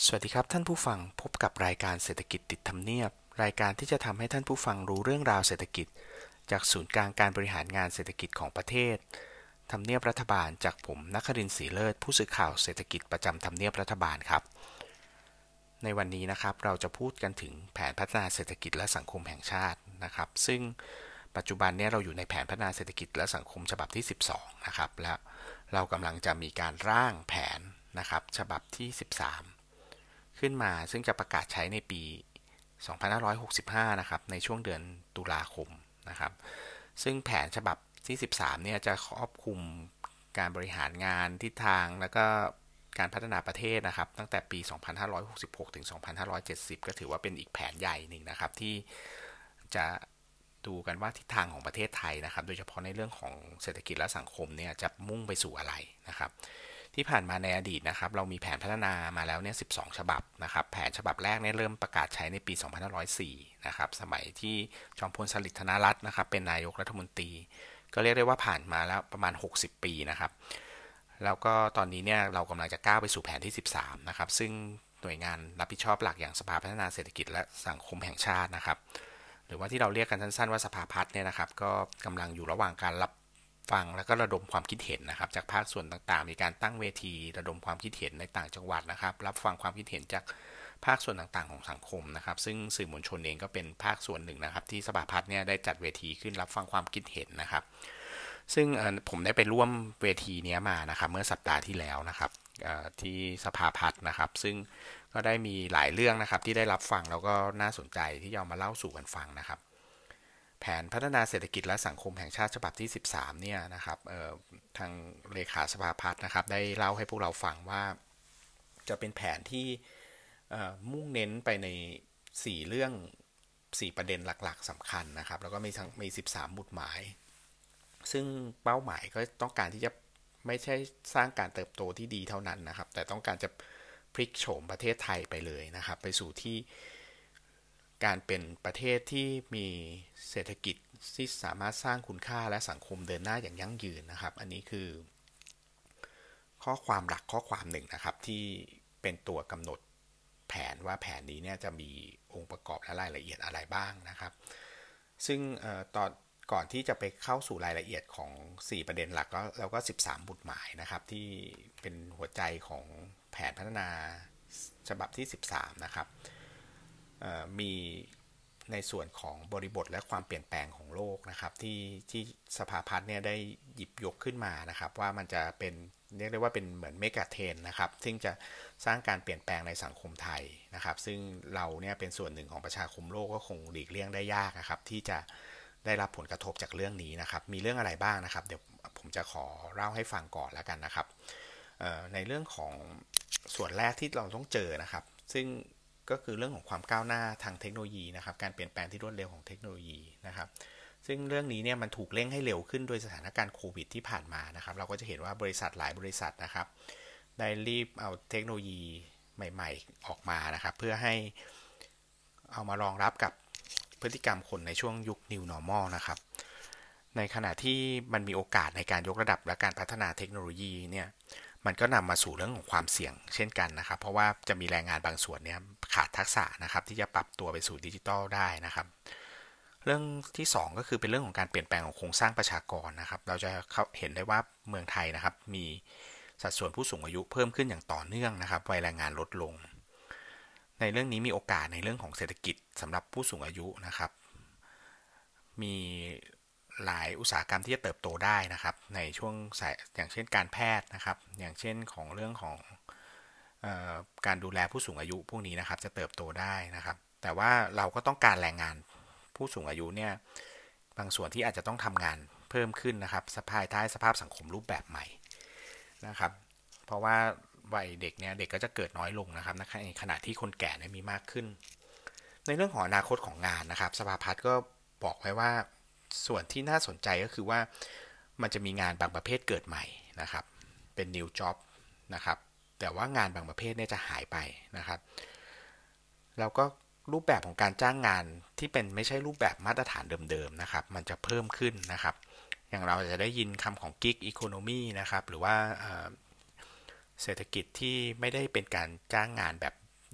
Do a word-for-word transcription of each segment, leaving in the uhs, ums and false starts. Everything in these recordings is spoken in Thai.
สวัสดีครับท่านผู้ฟังพบกับรายการเศรษฐกิจติดทำเนียบรายการที่จะทำให้ท่านผู้ฟังรู้เรื่องราวเศรษฐกิจจากศูนย์กลางการบริหารงานเศรษฐกิจของประเทศทำเนียบรัฐบาลจากผมนครินทร์ศรีเลิศผู้สื่อข่าวเศรษฐกิจประจำทำเนียบรัฐบาลครับในวันนี้นะครับเราจะพูดกันถึงแผนพัฒนาเศรษฐกิจและสังคมแห่งชาตินะครับซึ่งปัจจุบันนี้เราอยู่ในแผนพัฒนาเศรษฐกิจและสังคมฉบับที่สิบสองนะครับและเรากำลังจะมีการร่างแผนนะครับฉบับที่สิบสามขึ้นมาซึ่งจะประกาศใช้ในปี สองพันห้าร้อยหกสิบห้า นะครับในช่วงเดือนตุลาคมนะครับซึ่งแผนฉบับที่สิบสามเนี่ยจะครอบคลุมการบริหารงานทิศทางแล้วก็การพัฒนาประเทศนะครับตั้งแต่ปี สองพันห้าร้อยหกสิบหก ถึง สองพันห้าร้อยเจ็ดสิบ ก็ถือว่าเป็นอีกแผนใหญ่หนึ่งนะครับที่จะดูกันว่าทิศทางของประเทศไทยนะครับโดยเฉพาะในเรื่องของเศรษฐกิจและสังคมเนี่ยจะมุ่งไปสู่อะไรนะครับที่ผ่านมาในอดีตนะครับเรามีแผนพัฒนามาแล้วเนี่ยสิบสองฉบับนะครับแผนฉบับแรกเนี่ยเริ่มประกาศใช้ในปีสองพันห้าร้อยสี่นะครับสมัยที่จอมพลสฤษดิ์ธนรัตน์นะครับเป็นนายกรัฐมนตรีก็เรียกได้ว่าผ่านมาแล้วประมาณหกสิบปีนะครับแล้วก็ตอนนี้เนี่ยเรากำลังจะก้าวไปสู่แผนที่สิบสามนะครับซึ่งหน่วยงานรับผิดชอบหลักอย่างสภาพัฒนาเศรษฐกิจและสังคมแห่งชาตินะครับหรือว่าที่เราเรียกกันสั้นๆว่าสภาพัฒน์เนี่ยนะครับก็กำลังอยู่ระหว่างการรับฟังแล้วก็ระดมความคิดเห็นนะครับจากภาคส่วนต่างๆมีการตั้งเวทีระดมความคิดเห็นในต่างจังหวัดนะครับรับฟังความคิดเห็นจากภาคส่วนต่างๆของสังคมนะครับซึ่งสื่อมวลชนเองก็เป็นภาคส่วนหนึ่งนะครับที่สภาพัฒน์เนี่ยได้จัดเวทีขึ้นรับฟังความคิดเห็นนะครับซึ่งผมได้ไปร่วมเวทีนี้มานะครับเมื่อสัปดาห์ที่แล้วนะครับที่สภาพัฒน์นะครับซึ่งก็ได้มีหลายเรื่องนะครับที่ได้รับฟังแล้วก็น่าสนใจที่จะเอามาเล่าสู่กันฟังนะครับแผนพัฒนาเศรษฐกิจและสังคมแห่งชาติฉบับที่สิบสามเนี่ยนะครับทางเลขาสภาพัฒน์นะครับได้เล่าให้พวกเราฟังว่าจะเป็นแผนที่มุ่งเน้นไปในสี่เรื่องสี่ประเด็นหลักๆสำคัญนะครับแล้วก็มีทั้งมีสิบสามหมุดหมายซึ่งเป้าหมายก็ต้องการที่จะไม่ใช่สร้างการเติบโตที่ดีเท่านั้นนะครับแต่ต้องการจะพลิกโฉมประเทศไทยไปเลยนะครับไปสู่ที่การเป็นประเทศที่มีเศรษฐกิจที่สามารถสร้างคุณค่าและสังคมเดินหน้าอย่างยั่งยืนนะครับอันนี้คือข้อความหลักข้อความหนึ่งนะครับที่เป็นตัวกำหนดแผนว่าแผนนี้เนี่ยจะมีองค์ประกอบและรายละเอียดอะไรบ้างนะครับซึ่งตอนก่อนที่จะไปเข้าสู่รายละเอียดของสี่ประเด็นหลักแล้วก็สิบสามบุตรหมายนะครับที่เป็นหัวใจของแผนพัฒนาฉบับที่สิบสามนะครับมีในส่วนของบริบทและความเปลี่ยนแปลงของโลกนะครับที่ที่สภาพัฒน์เนี่ยได้หยิบยกขึ้นมานะครับว่ามันจะเป็นเรียกได้ว่าเป็นเหมือนเมกะเทรนด์นะครับซึ่งจะสร้างการเปลี่ยนแปลงในสังคมไทยนะครับซึ่งเราเนี่ยเป็นส่วนหนึ่งของประชาคมโลกก็คงหลีกเลี่ยงได้ยากนะครับที่จะได้รับผลกระทบจากเรื่องนี้นะครับมีเรื่องอะไรบ้างนะครับเดี๋ยวผมจะขอเล่าให้ฟังก่อนแล้วกันนะครับในเรื่องของส่วนแรกที่เราต้องเจอนะครับซึ่งก็คือเรื่องของความก้าวหน้าทางเทคโนโลยีนะครับการเปลี่ยนแปลงที่รวดเร็วของเทคโนโลยีนะครับซึ่งเรื่องนี้เนี่ยมันถูกเร่งให้เร็วขึ้นโดยสถานการณ์โควิดที่ผ่านมานะครับเราก็จะเห็นว่าบริษัทหลายบริษัทนะครับได้รีบเอาเทคโนโลยีใหม่ๆออกมานะครับเพื่อให้เอามารองรับกับพฤติกรรมคนในช่วงยุค New Normal นะครับในขณะที่มันมีโอกาสในการยกระดับและการพัฒนาเทคโนโลยีเนี่ยมันก็นำมาสู่เรื่องของความเสี่ยงเช่นกันนะครับเพราะว่าจะมีแรงงานบางส่วนเนี่ยขาดทักษะนะครับที่จะปรับตัวไปสู่ดิจิทัลได้นะครับเรื่องที่สองก็คือเป็นเรื่องของการเปลี่ยนแปลงของโครงสร้างประชากรนะครับเราจะเห็นได้ว่าเมืองไทยนะครับมีสัดส่วนผู้สูงอายุเพิ่มขึ้นอย่างต่อเนื่องนะครับวัยแรงงานลดลงในเรื่องนี้มีโอกาสในเรื่องของเศรษฐกิจสำหรับผู้สูงอายุนะครับมีหลายอุตสาหกรรมที่จะเติบโตได้นะครับในช่วงอย่างเช่นการแพทย์นะครับอย่างเช่นของเรื่องของการดูแลผู้สูงอายุพวกนี้นะครับจะเติบโตได้นะครับแต่ว่าเราก็ต้องการแรงงานผู้สูงอายุเนี่ยบางส่วนที่อาจจะต้องทำงานเพิ่มขึ้นนะครับสภาพท้ายสภาพสังคมรูปแบบใหม่นะครับเพราะว่าวัยเด็กเนี่ยเด็กก็จะเกิดน้อยลงนะครับในขณะที่คนแก่เนี่ยมีมากขึ้นในเรื่องของอนาคตของงานนะครับสภาพัฒน์ก็บอกไว้ว่าส่วนที่น่าสนใจก็คือว่ามันจะมีงานบางประเภทเกิดใหม่นะครับเป็น new job นะครับแต่ว่างานบางประเภทเนี่ยจะหายไปนะครับแล้วก็รูปแบบของการจ้างงานที่เป็นไม่ใช่รูปแบบมาตรฐานเดิมๆนะครับมันจะเพิ่มขึ้นนะครับอย่างเราจะได้ยินคำของ gig economy นะครับหรือว่าเศรษฐกิจที่ไม่ได้เป็นการจ้างงานแบบ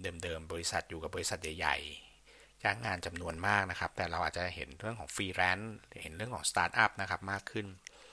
เดิมๆบริษัทอยู่กับบริษัทใหญ่ๆจ้างงานจำนวนมากนะครับแต่เราอาจจะเห็นเรื่องของฟรีแลนซ์เห็นเรื่องของสตาร์ทอัพนะครับมากขึ้น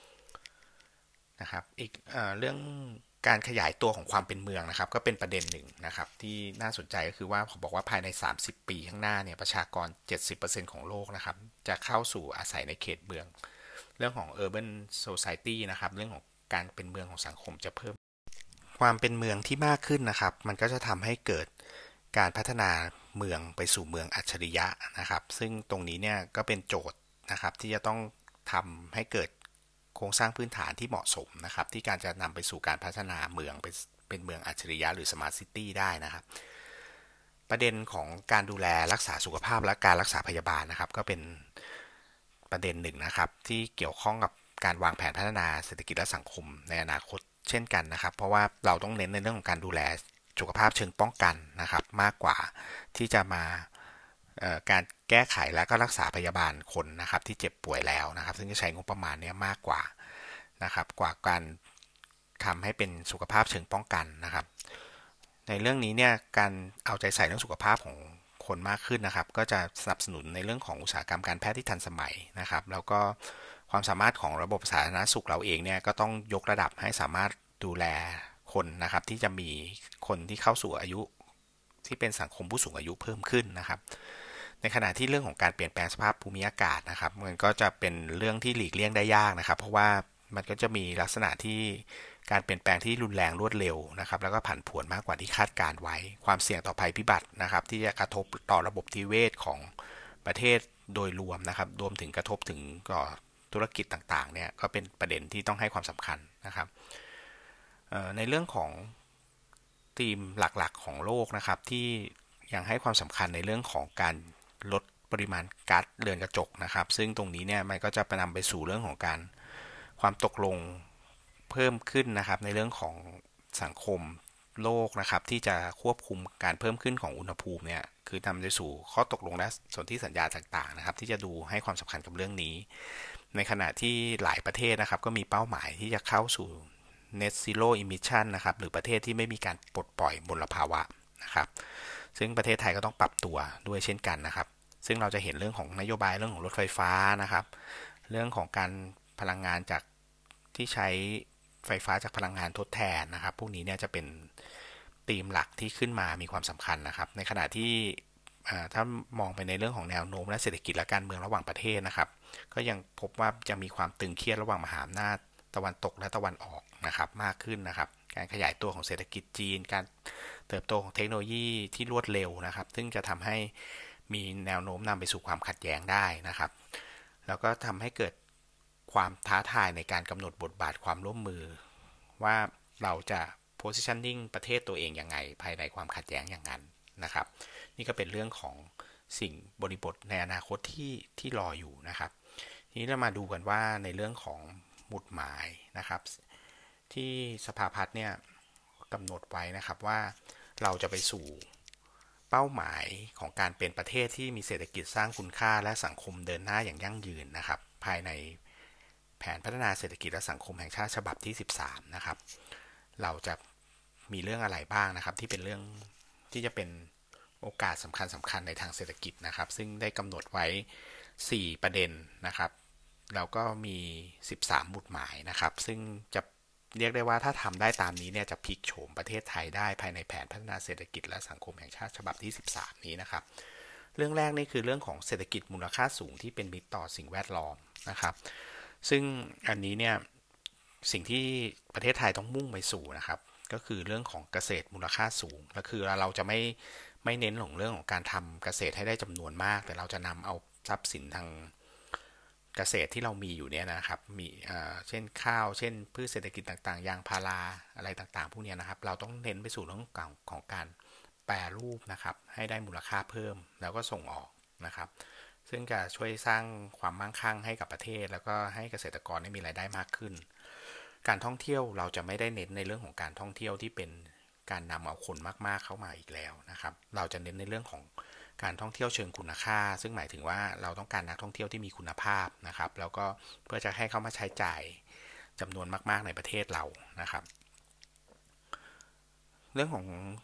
นะครับอีกเอ่อเรื่องการขยายตัวของความเป็นเมืองนะครับก็เป็นประเด็นหนึ่งนะครับที่น่าสนใจก็คือว่าเขาบอกว่าภายในสามสิบปีข้างหน้าเนี่ยประชากร เจ็ดสิบเปอร์เซ็นต์ ของโลกนะครับจะเข้าสู่อาศัยในเขตเมืองเรื่องของ Urban Society นะครับเรื่องของการเป็นเมืองของสังคมจะเพิ่มความเป็นเมืองที่มากขึ้นนะครับมันก็จะทำให้เกิดการพัฒนาเมืองไปสู่เมืองอัจฉริยะนะครับซึ่งตรงนี้เนี่ยก็เป็นโจทย์นะครับที่จะต้องทำให้เกิดโครงสร้างพื้นฐานที่เหมาะสมนะครับที่การจะนำไปสู่การพัฒนาเมืองเป็นเป็นเมืองอัจฉริยะหรือสมาร์ทซิตี้ได้นะครับประเด็นของการดูแลรักษาสุขภาพและการรักษาพยาบาลนะครับก็เป็นประเด็นหนึ่งนะครับที่เกี่ยวข้องกับการวางแผนพัฒนาเศรษฐกิจและสังคมในอนาคตเช่นกันนะครับเพราะว่าเราต้องเน้นในเรื่องของการดูแลสุขภาพเชิงป้องกันนะครับมากกว่าที่จะมาการแก้ไขและก็รักษาพยาบาลคนนะครับที่เจ็บป่วยแล้วนะครับซึ่งจะใช้งบประมาณนี้มากกว่านะครับกว่าการทำให้เป็นสุขภาพเชิงป้องกันนะครับในเรื่องนี้เนี่ยการเอาใจใส่เรื่องสุขภาพของคนมากขึ้นนะครับก็จะสนับสนุนในเรื่องของอุตสาหกรรมการแพทย์ที่ทันสมัยนะครับแล้วก็ความสามารถของระบบสาธารณสุขเราเองเนี่ยก็ต้องยกระดับให้สามารถดูแลคนนะครับที่จะมีคนที่เข้าสู่อายุที่เป็นสังคมผู้สูงอายุเพิ่มขึ้นนะครับในขณะที่เรื่องของการเปลี่ยนแปลงสภาพภูมิอากาศนะครับมันก็จะเป็นเรื่องที่หลีกเลี่ยงได้ยากนะครับเพราะว่ามันก็จะมีลักษณะที่การเปลี่ยนแปลงที่รุนแรงรวดเร็วนะครับแล้วก็ผันผวนมากกว่าที่คาดการไว้ความเสี่ยงต่อภัยพิบัตินะครับที่จะกระทบต่อระบบนิเวศของประเทศโดยรวมนะครับรวมถึงกระทบถึงก่อธุรกิจต่างๆเนี่ยก็เป็นประเด็นที่ต้องให้ความสำคัญนะครับในเรื่องของธีมหลักๆของโลกนะครับที่ยังให้ความสำคัญในเรื่องของการลดปริมาณก๊าซเรือนกระจกนะครับซึ่งตรงนี้เนี่ยมันก็จะนำไปสู่เรื่องของการความตกลงเพิ่มขึ้นนะครับในเรื่องของสังคมโลกนะครับที่จะควบคุมการเพิ่มขึ้นของอุณหภูมิเนี่ยคือนำไปสู่ข้อตกลงและสนธิสัญญาต่างๆนะครับที่จะดูให้ความสำคัญกับเรื่องนี้ในขณะที่หลายประเทศนะครับก็มีเป้าหมายที่จะเข้าสู่ net zero emission นะครับหรือประเทศที่ไม่มีการปลดปล่อยมลภาวะนะครับซึ่งประเทศไทยก็ต้องปรับตัวด้วยเช่นกันนะครับซึ่งเราจะเห็นเรื่องของนโยบายเรื่องของรถไฟฟ้านะครับเรื่องของการพลังงานจากที่ใช้ไฟฟ้าจากพลังงานทดแทนนะครับพวกนี้เนี่ยจะเป็นธีมหลักที่ขึ้นมามีความสำคัญนะครับในขณะที่ถ้ามองไปในเรื่องของแนวโน้มและเศรษฐกิจและการเมืองระหว่างประเทศนะครับก็ยังพบว่าจะมีความตึงเครียดระหว่างมหาอำนาจตะวันตกและตะวันออกนะครับมากขึ้นนะครับการขยายตัวของเศรษฐกิจจีนการเติบโตของเทคโนโลยีที่รวดเร็วนะครับซึ่งจะทำให้มีแนวโน้มนำไปสู่ความขัดแย้งได้นะครับแล้วก็ทำให้เกิดความท้าทายในการกำหนดบทบาทความร่วมมือว่าเราจะ positioning ประเทศตัวเองยังไงภายในความขัดแย้งอย่างนั้นนะครับนี่ก็เป็นเรื่องของสิ่งบริบทในอนาคตที่ที่รออยู่นะครับทีนี้เรามาดูกันว่าในเรื่องของหมุดหมายนะครับที่สภาพัฒน์เนี่ยกำหนดไว้นะครับว่าเราจะไปสู่เป้าหมายของการเป็นประเทศที่มีเศรษฐกิจสร้างคุณค่าและสังคมเดินหน้าอย่างยั่งยืนนะครับภายในแผนพัฒนาเศรษฐกิจและสังคมแห่งชาติฉบับที่สิบสามนะครับเราจะมีเรื่องอะไรบ้างนะครับที่เป็นเรื่องที่จะเป็นโอกาสสำคัญสำคัญในทางเศรษฐกิจนะครับซึ่งได้กำหนดไว้สี่ประเด็นนะครับแล้วก็มีสิบสามหมุดหมายนะครับซึ่งจะเรียกได้ว่าถ้าทำได้ตามนี้เนี่ยจะพลิกโฉมประเทศไทยได้ภายในแผนพัฒนาเศรษฐกิจและสังคมแห่งชาติฉบับที่สิบสามนี้นะครับเรื่องแรกนี่คือเรื่องของเศรษฐกิจมูลค่าสูงที่เป็นมิตรต่อสิ่งแวดล้อมนะครับซึ่งอันนี้เนี่ยสิ่งที่ประเทศไทยต้องมุ่งไปสู่นะครับก็คือเรื่องของเกษตรมูลค่าสูงก็คือเราจะไม่ไม่เน้นของเรื่องของการทำเกษตรให้ได้จำนวนมากแต่เราจะนำเอาทรัพย์สินทางเกษตรที่เรามีอยู่เนี่ยนะครับมีเช่นข้าวเช่นพืชเศรษฐกิจต่างๆยางพาราอะไรต่างๆพวกนี้นะครับเราต้องเน้นไปสู่เรื่องของการแปรรูปนะครับให้ได้มูลค่าเพิ่มแล้วก็ส่งออกนะครับซึ่งจะช่วยสร้างความมั่งคั่งให้กับประเทศแล้วก็ให้เกษตรกรได้มีรายได้มากขึ้นการท่องเที่ยวเราจะไม่ได้เน้นในเรื่องของการท่องเที่ยวที่เป็นการนำเอาคนมากๆเข้ามาอีกแล้วนะครับเราจะเน้นในเรื่องของการท่องเที่ยวเชิงคุณค่าซึ่งหมายถึงว่าเราต้องการนักท่องเที่ยวที่มีคุณภาพนะครับแล้วก็เพื่อจะให้เขามาใช้จ่ายจำนวนมากๆในประเทศเรานะครับเรื่องของ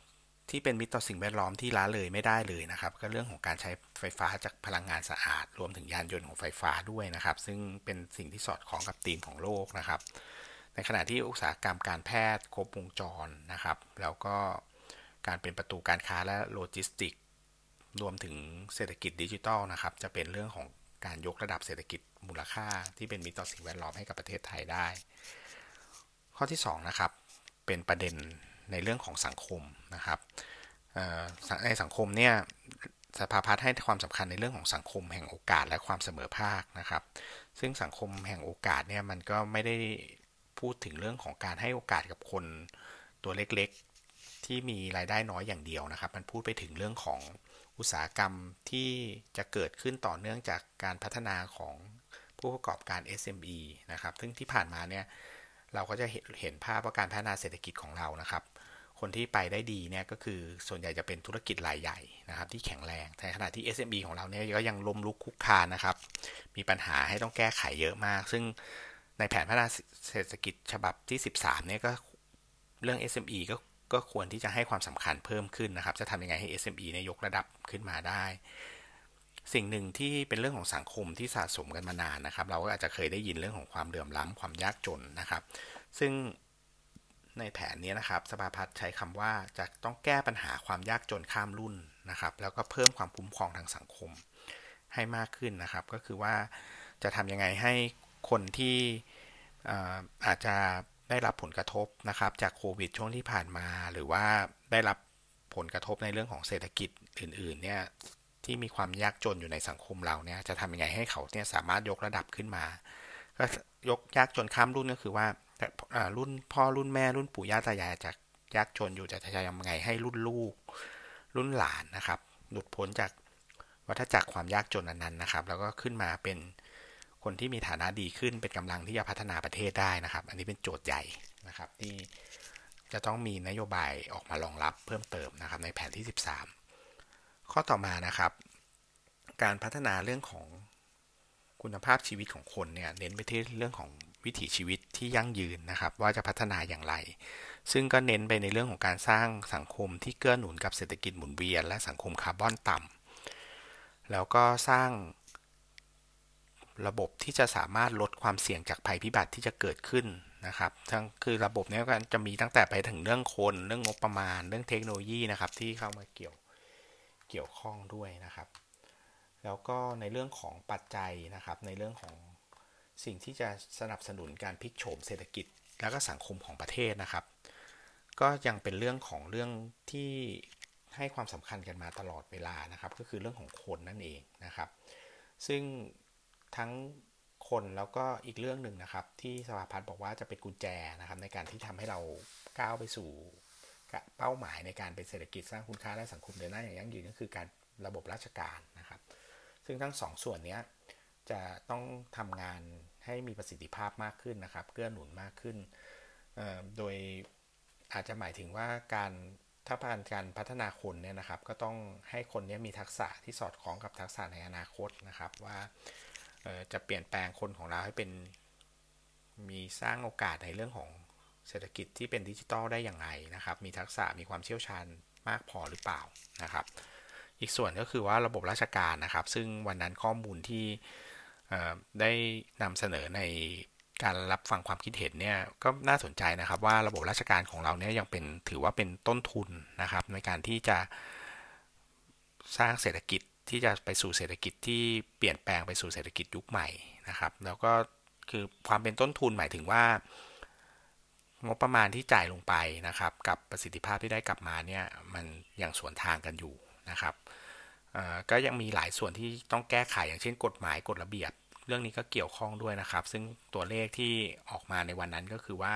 ที่เป็นมิตรต่อสิ่งแวดล้อมที่ละเลยไม่ได้เลยนะครับก็เรื่องของการใช้ไฟฟ้าจากพลังงานสะอาดรวมถึงยานยนต์ของไฟฟ้าด้วยนะครับซึ่งเป็นสิ่งที่สอดคล้องกับธีมของโลกนะครับในขณะที่อุตสาหกรรมการแพทย์ครบวงจรนะครับแล้วก็การเป็นประตูการค้าและโลจิสติกรวมถึงเศรษฐกิจดิจิทัลนะครับจะเป็นเรื่องของการยกระดับเศรษฐกิจมูลค่าที่เป็นมิตรต่อสิ่งแวดล้อมให้กับประเทศไทยได้ข้อที่สองนะครับเป็นประเด็นในเรื่องของสังคมนะครับในสังคมเนี่ยสภาพัฒน์ให้ความสำคัญในเรื่องของสังคมแห่งโอกาสและความเสมอภาคนะครับซึ่งสังคมแห่งโอกาสเนี่ยมันก็ไม่ได้พูดถึงเรื่องของการให้โอกาสกับคนตัวเล็กๆที่มีรายได้น้อยอย่างเดียวนะครับมันพูดไปถึงเรื่องของอุตสาหกรรมที่จะเกิดขึ้นต่อเนื่องจากการพัฒนาของผู้ประกอบการ เอส เอ็ม อี นะครับซึ่งที่ผ่านมาเนี่ยเราก็จะเห็นภาพว่าการพัฒนาเศรษฐกิจของเรานะครับคนที่ไปได้ดีเนี่ยก็คือส่วนใหญ่จะเป็นธุรกิจรายใหญ่นะครับที่แข็งแรงในขณะที่ เอส เอ็ม อี ของเราเนี่ยก็ยังล้มลุกคลุกคลานนะครับมีปัญหาให้ต้องแก้ไขเยอะมากซึ่งในแผนพัฒนาเศรษฐกิจฉบับที่สิบสามเนี่ยก็เรื่อง เอส เอ็ม อี ก็ก็ควรที่จะให้ความสำคัญเพิ่มขึ้นนะครับจะทำยังไงให้ เอส เอ็ม อี เนี่ยยกระดับขึ้นมาได้สิ่งหนึ่งที่เป็นเรื่องของสังคมที่สะสมกันมานานนะครับเราก็อาจจะเคยได้ยินเรื่องของความเหลื่อมล้ำความยากจนนะครับซึ่งในแผนนี้นะครับสภาพัฒน์ใช้คำว่าจะต้องแก้ปัญหาความยากจนข้ามรุ่นนะครับแล้วก็เพิ่มความคุ้มครองทางสังคมให้มากขึ้นนะครับก็คือว่าจะทำยังไงให้คนที่อาจจะได้รับผลกระทบนะครับจากโควิดช่วงที่ผ่านมาหรือว่าได้รับผลกระทบในเรื่องของเศรษฐกิจอื่นๆเนี่ยที่มีความยากจนอยู่ในสังคมเราเนี่ยจะทำยังไงให้เขาเนี่ยสามารถยกระดับขึ้นมาก็ยกยากจนข้ามรุ่นก็คือว่ารุ่นพ่อรุ่นแม่รุ่นปู่ย่าตายายจากยากจนอยู่จะทำยังไงให้รุ่นลูกรุ่นหลานนะครับหลุดพ้นจากวัฏจักรความยากจนนั้นๆนะครับแล้วก็ขึ้นมาเป็นคนที่มีฐานะดีขึ้นเป็นกำลังที่จะพัฒนาประเทศได้นะครับอันนี้เป็นโจทย์ใหญ่นะครับที่จะต้องมีนโยบายออกมารองรับเพิ่มเติมนะครับในแผนที่สิบสามข้อต่อมานะครับการพัฒนาเรื่องของคุณภาพชีวิตของคนเนี่ยเน้นไปที่เรื่องของวิถีชีวิตที่ยั่งยืนนะครับว่าจะพัฒนาอย่างไรซึ่งก็เน้นไปในเรื่องของการสร้างสังคมที่เกื้อหนุนกับเศรษฐกิจหมุนเวียนและสังคมคาร์บอนต่ำแล้วก็สร้างระบบที่จะสามารถลดความเสี่ยงจากภัยพิบัติที่จะเกิดขึ้นนะครับทั้งคือระบบนี้ก็จะมีตั้งแต่ไปถึงเรื่องคนเรื่องงบประมาณเรื่องเทคโนโลยีนะครับที่เข้ามาเกี่ยวเกี่ยวข้องด้วยนะครับแล้วก็ในเรื่องของปัจจัยนะครับในเรื่องของสิ่งที่จะสนับสนุนการพลิกโฉมเศรษฐกิจและก็สังคมของประเทศนะครับก็ยังเป็นเรื่องของเรื่องที่ให้ความสำคัญกันมาตลอดเวลานะครับก็คือเรื่องของคนนั่นเองนะครับซึ่งทั้งคนแล้วก็อีกเรื่องหนึ่งนะครับที่สภาพัฒน์บอกว่าจะเป็นกุญแจนะครับในการที่ทำให้เราก้าวไปสู่เป้าหมายในการเป็นเศรษฐกิจสร้างคุณค่าและสังคมเดินหน้าอย่างยั่งยืนก็คือการระบบราชการนะครับซึ่งทั้งสองส่วนนี้จะต้องทำงานให้มีประสิทธิภาพมากขึ้นนะครับเกื้อหนุนมากขึ้นโดยอาจจะหมายถึงว่าการถ้าการการพัฒนาคนเนี่ยนะครับก็ต้องให้คนนี้มีทักษะที่สอดคล้องกับทักษะในอนาคตนะครับว่าจะเปลี่ยนแปลงคนของเราให้เป็นมีสร้างโอกาสในเรื่องของเศรษฐกิจที่เป็นดิจิทัลได้อย่างไรนะครับมีทักษะมีความเชี่ยวชาญมากพอหรือเปล่านะครับอีกส่วนก็คือว่าระบบราชการนะครับซึ่งวันนั้นข้อมูลที่ได้นำเสนอในการรับฟังความคิดเห็นเนี่ยก็น่าสนใจนะครับว่าระบบราชการของเราเนี่ยยังเป็นถือว่าเป็นต้นทุนนะครับในการที่จะสร้างเศรษฐกิจที่จะไปสู่เศรษฐกิจที่เปลี่ยนแปลงไปสู่เศรษฐกิจยุคใหม่นะครับแล้วก็คือความเป็นต้นทุนหมายถึงว่างบประมาณที่จ่ายลงไปนะครับกับประสิทธิภาพที่ได้กลับมาเนี่ยมันยังสวนทางกันอยู่นะครับก็ยังมีหลายส่วนที่ต้องแก้ไขอย่างเช่นกฎหมายกฎระเบียบเรื่องนี้ก็เกี่ยวข้องด้วยนะครับซึ่งตัวเลขที่ออกมาในวันนั้นก็คือว่า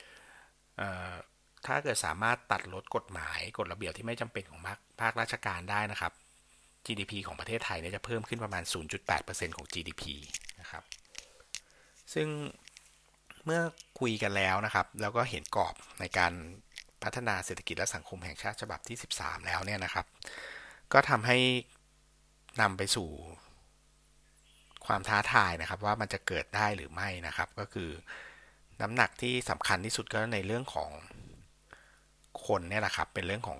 ถ้าเกิดสามารถตัดลดกฎหมายกฎระเบียบที่ไม่จำเป็นของภาคราชการได้นะครับ จี ดี พี ของประเทศไทยเนี่ยจะเพิ่มขึ้นประมาณ ศูนย์จุดแปดเปอร์เซ็นต์ ของ จี ดี พี นะครับซึ่งเมื่อคุยกันแล้วนะครับแล้วก็เห็นกรอบในการพัฒนาเศรษฐกิจและสังคมแห่งชาติฉบับที่สิบสามแล้วเนี่ยนะครับก็ทำให้นำไปสู่ความท้าทายนะครับว่ามันจะเกิดได้หรือไม่นะครับก็คือน้ำหนักที่สำคัญที่สุดก็ในเรื่องของคนเนี่ยแหละครับเป็นเรื่องของ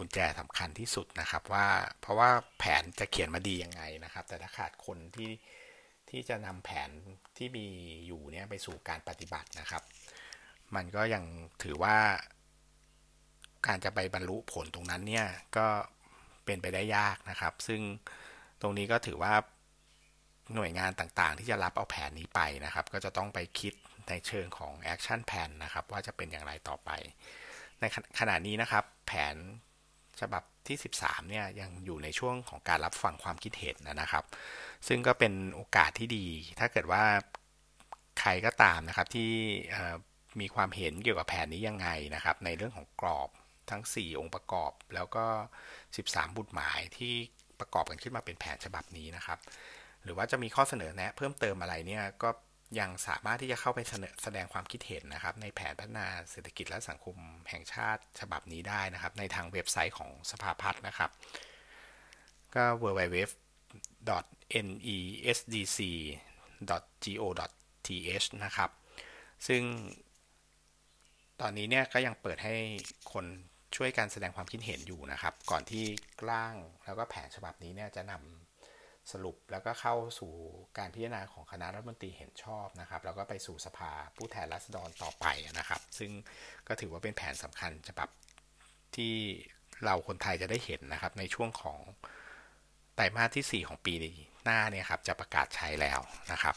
กุญแจสำคัญที่สุดนะครับว่าเพราะว่าแผนจะเขียนมาดียังไงนะครับแต่ถ้าขาดคนที่ที่จะนำแผนที่มีอยู่เนี่ยไปสู่การปฏิบัตินะครับมันก็ยังถือว่าการจะไปบรรลุผลตรงนั้นเนี่ยก็เป็นไปได้ยากนะครับซึ่งตรงนี้ก็ถือว่าหน่วยงานต่างๆที่จะรับเอาแผนนี้ไปนะครับก็จะต้องไปคิดในเชิงของ action plan นะครับว่าจะเป็นอย่างไรต่อไปในขณะนี้นะครับแผนฉบับที่สิบสามเนี่ยยังอยู่ในช่วงของการรับฟังความคิดเห็นนะครับซึ่งก็เป็นโอกาสที่ดีถ้าเกิดว่าใครก็ตามนะครับที่มีความเห็นเกี่ยวกับแผนนี้ยังไงนะครับในเรื่องของกรอบทั้งสี่องค์ประกอบแล้วก็สิบสามบุตรหมายที่ประกอบกันขึ้นมาเป็นแผนฉบับนี้นะครับหรือว่าจะมีข้อเสนอแนะเพิ่มเติมอะไรเนี่ยก็ยังสามารถที่จะเข้าไปเสนอแสดงความคิดเห็นนะครับในแผนพัฒนาเศรษฐกิจและสังคมแห่งชาติฉบับนี้ได้นะครับในทางเว็บไซต์ของสภาพัฒน์นะครับก็ ดับเบิลยู ดับเบิลยู ดับเบิลยู ดอท เอ็น อี เอส ดี ซี ดอท โก ดอท ที เอช นะครับซึ่งตอนนี้เนี่ยก็ยังเปิดให้คนช่วยกันแสดงความคิดเห็นอยู่นะครับก่อนที่ร่างแล้วก็แผนฉบับนี้เนี่ยจะนำสรุปแล้วก็เข้าสู่การพิจารณาของคณะรัฐมนตรีเห็นชอบนะครับแล้วก็ไปสู่สภาผู้แทนราษฎรต่อไปนะครับซึ่งก็ถือว่าเป็นแผนสำคัญฉบับที่เราคนไทยจะได้เห็นนะครับในช่วงของไตรมาสที่สี่ของปีหน้าเนี่ยครับจะประกาศใช้แล้วนะครับ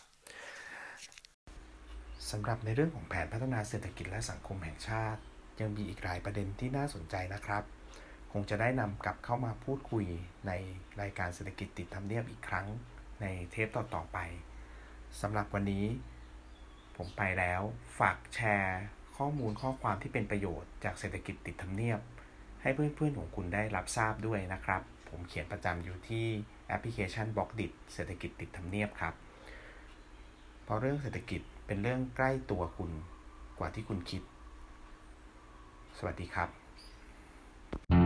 สำหรับในเรื่องของแผนพัฒนาเศรษฐกิจและสังคมแห่งชาติยังมีอีกหลายประเด็นที่น่าสนใจนะครับคงจะได้นำกลับเข้ามาพูดคุยในรายการเศรษฐกิจติดทำเนียบอีกครั้งในเทปต่อๆไปสำหรับวันนี้ผมไปแล้วฝากแชร์ข้อมูลข้อความที่เป็นประโยชน์จากเศรษฐกิจติดทำเนียบให้เพื่อนๆของคุณได้รับทราบด้วยนะครับผมเขียนประจำอยู่ที่แอปพลิเคชันบล็อกดิเศรษฐกิจติดทำเนียบครับเพราะเรื่องเศรษฐกิจเป็นเรื่องใกล้ตัวคุณกว่าที่คุณคิดสวัสดีครับ